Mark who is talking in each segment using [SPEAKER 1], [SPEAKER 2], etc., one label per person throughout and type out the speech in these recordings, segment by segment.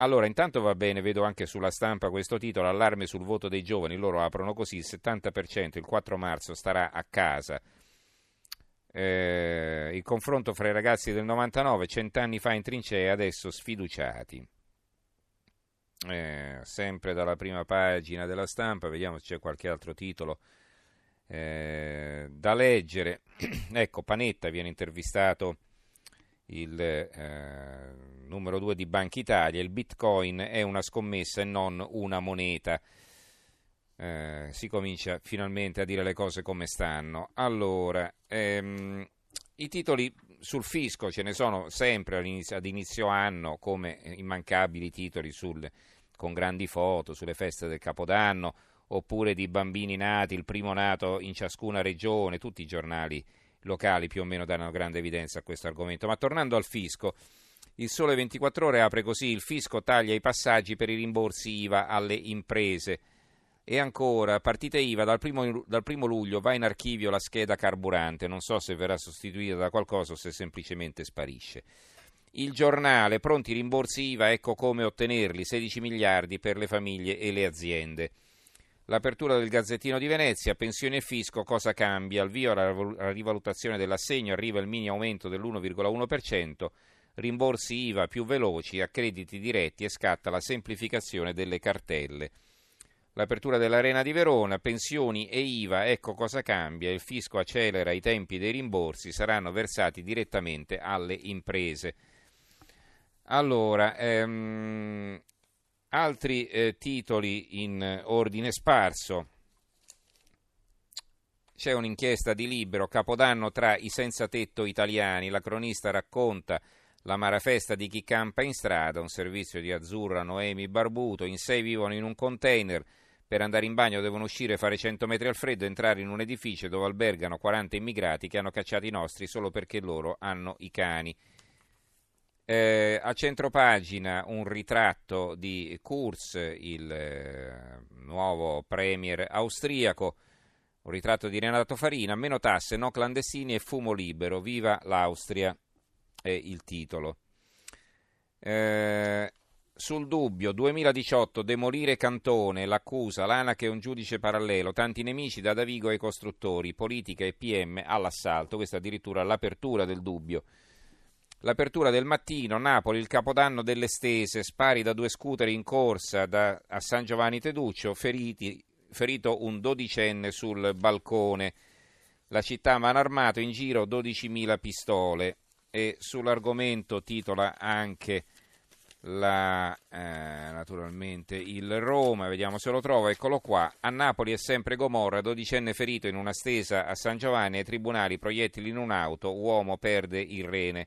[SPEAKER 1] Allora, intanto va bene, vedo anche sulla stampa questo titolo, allarme sul voto dei giovani, loro aprono così, il 70% il 4 marzo starà a casa. Il confronto fra i ragazzi del 99, 100 anni fa in trincea, adesso sfiduciati. Sempre dalla prima pagina della stampa, vediamo se c'è qualche altro titolo da leggere. Ecco, Panetta viene intervistato il numero 2 di Banca Italia, il Bitcoin è una scommessa e non una moneta. Si comincia finalmente a dire le cose come stanno. Allora, i titoli sul fisco ce ne sono sempre ad inizio anno, come immancabili titoli con grandi foto sulle feste del Capodanno, oppure di bambini nati, il primo nato in ciascuna regione. Tutti i giornali locali più o meno danno grande evidenza a questo argomento. Ma tornando al fisco, il Sole 24 Ore apre così: il fisco taglia i passaggi per i rimborsi IVA alle imprese. E ancora, partite IVA, dal primo luglio va in archivio la scheda carburante, non so se verrà sostituita da qualcosa o se semplicemente sparisce. Il Giornale, pronti i rimborsi IVA, ecco come ottenerli, 16 miliardi per le famiglie e le aziende. L'apertura del Gazzettino di Venezia, pensioni e fisco, cosa cambia? Al via alla rivalutazione dell'assegno, arriva il mini aumento dell'1,1%, rimborsi IVA più veloci, accrediti diretti e scatta la semplificazione delle cartelle. L'apertura dell'Arena di Verona, pensioni e IVA, ecco cosa cambia, il fisco accelera i tempi dei rimborsi, saranno versati direttamente alle imprese. Allora, altri titoli in ordine sparso. C'è un'inchiesta di Libero, Capodanno tra i senza tetto italiani, la cronista racconta la marafesta di chi campa in strada, un servizio di Azzurra Noemi Barbuto, in 6 vivono in un container, per andare in bagno devono uscire, fare 100 metri al freddo, entrare in un edificio dove albergano 40 immigrati che hanno cacciato i nostri solo perché loro hanno i cani. A centropagina un ritratto di Kurz, il nuovo premier austriaco, un ritratto di Renato Farina, meno tasse, no clandestini e fumo libero, viva l'Austria è il titolo. Sul Dubbio, 2018, demolire Cantone, l'accusa, l'ANAC è un giudice parallelo, tanti nemici da Davigo ai costruttori, politica e PM all'assalto, questa addirittura l'apertura del Dubbio. L'apertura del Mattino, Napoli, il capodanno delle stese, spari da 2 scooter in corsa a San Giovanni Teduccio, ferito un 12enne sul balcone. La città mano armato, in giro 12.000 pistole. E sull'argomento titola anche naturalmente il Roma, vediamo se lo trovo, eccolo qua. A Napoli è sempre Gomorra, 12enne ferito in una stesa a San Giovanni, ai tribunali proiettili in un'auto, uomo perde il rene.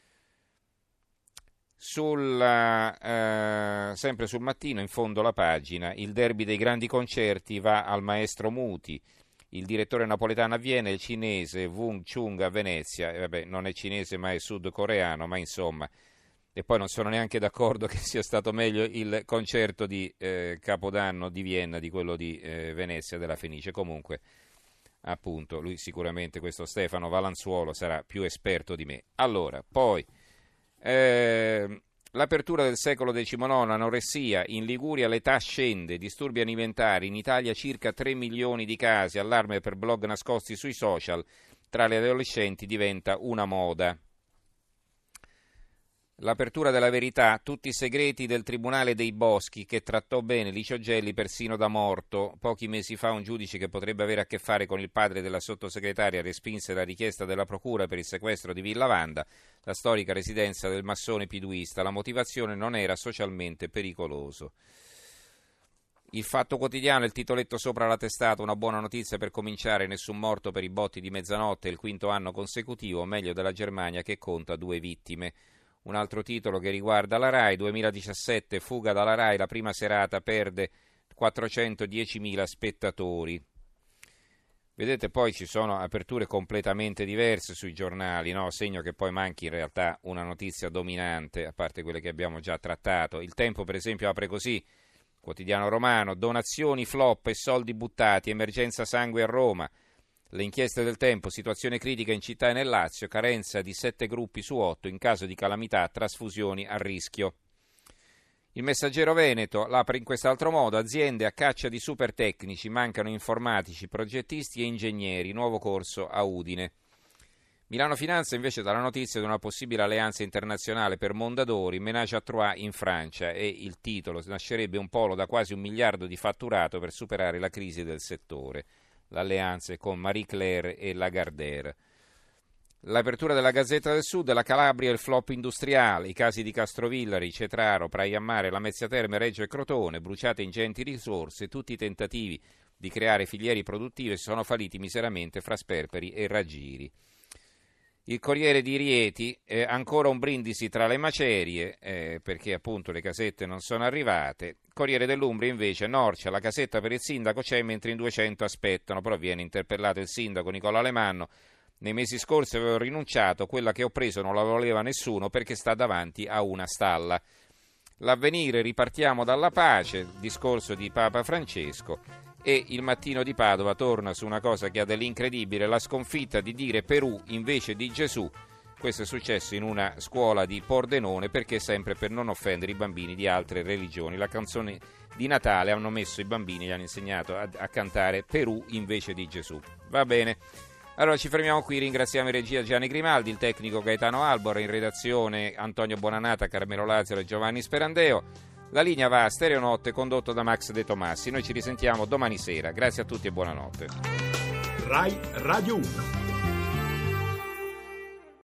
[SPEAKER 1] Sempre sul Mattino, in fondo alla pagina, il derby dei grandi concerti va al maestro Muti, il direttore napoletano a Vienna, il cinese Wung Chung a Venezia, vabbè, non è cinese ma è sudcoreano, ma insomma, e poi non sono neanche d'accordo che sia stato meglio il concerto di Capodanno di Vienna di quello di Venezia della Fenice. Comunque, appunto, lui sicuramente, questo Stefano Valanzuolo, sarà più esperto di me. Allora, poi l'apertura del secolo XIX, anoressia, in Liguria l'età scende, disturbi alimentari, in Italia circa 3 milioni di casi, allarme per blog nascosti sui social, tra le adolescenti diventa una moda. L'apertura della Verità, tutti i segreti del Tribunale dei Boschi che trattò bene Licio Gelli persino da morto. Pochi mesi fa un giudice che potrebbe avere a che fare con il padre della sottosegretaria respinse la richiesta della procura per il sequestro di Villa Wanda, la storica residenza del massone piduista. La motivazione non era socialmente pericoloso. Il Fatto Quotidiano, il titoletto sopra la testata, una buona notizia per cominciare, nessun morto per i botti di mezzanotte, il 5º anno consecutivo, meglio della Germania che conta 2 vittime. Un altro titolo che riguarda la RAI, 2017, fuga dalla RAI, la prima serata perde 410.000 spettatori. Vedete, poi ci sono aperture completamente diverse sui giornali, no? Segno che poi manchi in realtà una notizia dominante, a parte quelle che abbiamo già trattato. Il Tempo, per esempio, apre così, quotidiano romano, donazioni flop e soldi buttati, emergenza sangue a Roma. Le inchieste del Tempo, situazione critica in città e nel Lazio, carenza di 7 gruppi su 8, in caso di calamità, trasfusioni a rischio. Il Messaggero Veneto l'apre in quest'altro modo: aziende a caccia di super tecnici, mancano informatici, progettisti e ingegneri, nuovo corso a Udine. Milano Finanza invece dà la notizia di una possibile alleanza internazionale per Mondadori, Ménage à Trois in Francia, e il titolo: nascerebbe un polo da quasi 1 miliardo di fatturato per superare la crisi del settore. L'alleanza è con Marie Claire e Lagardère. L'apertura della Gazzetta del Sud: la Calabria e il flop industriale, i casi di Castrovillari, Cetraro, Praia a Mare, Lamezia Terme, Reggio e Crotone, bruciate ingenti risorse, tutti i tentativi di creare filiere produttive sono falliti miseramente fra sperperi e raggiri. Il Corriere di Rieti, ancora un brindisi tra le macerie, perché appunto le casette non sono arrivate. Corriere dell'Umbria invece: Norcia, la casetta per il sindaco c'è mentre in 200 aspettano, però viene interpellato il sindaco Nicola Alemanno. Nei mesi scorsi avevo rinunciato, quella che ho preso non la voleva nessuno perché sta davanti a una stalla. L'Avvenire: ripartiamo dalla pace, discorso di Papa Francesco. E il Mattino di Padova torna su una cosa che ha dell'incredibile: la sconfitta di dire Perù invece di Gesù. Questo è successo in una scuola di Pordenone, perché sempre per non offendere i bambini di altre religioni. La canzone di Natale hanno messo i bambini, gli hanno insegnato a cantare Perù invece di Gesù. Va bene. Allora ci fermiamo qui, ringraziamo in regia Gianni Grimaldi, il tecnico Gaetano Albor, in redazione Antonio Bonanata, Carmelo Lazzaro e Giovanni Sperandeo. La linea va a Stereonotte, condotto da Max De Tomassi. Noi ci risentiamo domani sera. Grazie a tutti e buonanotte.
[SPEAKER 2] Rai Radio 1.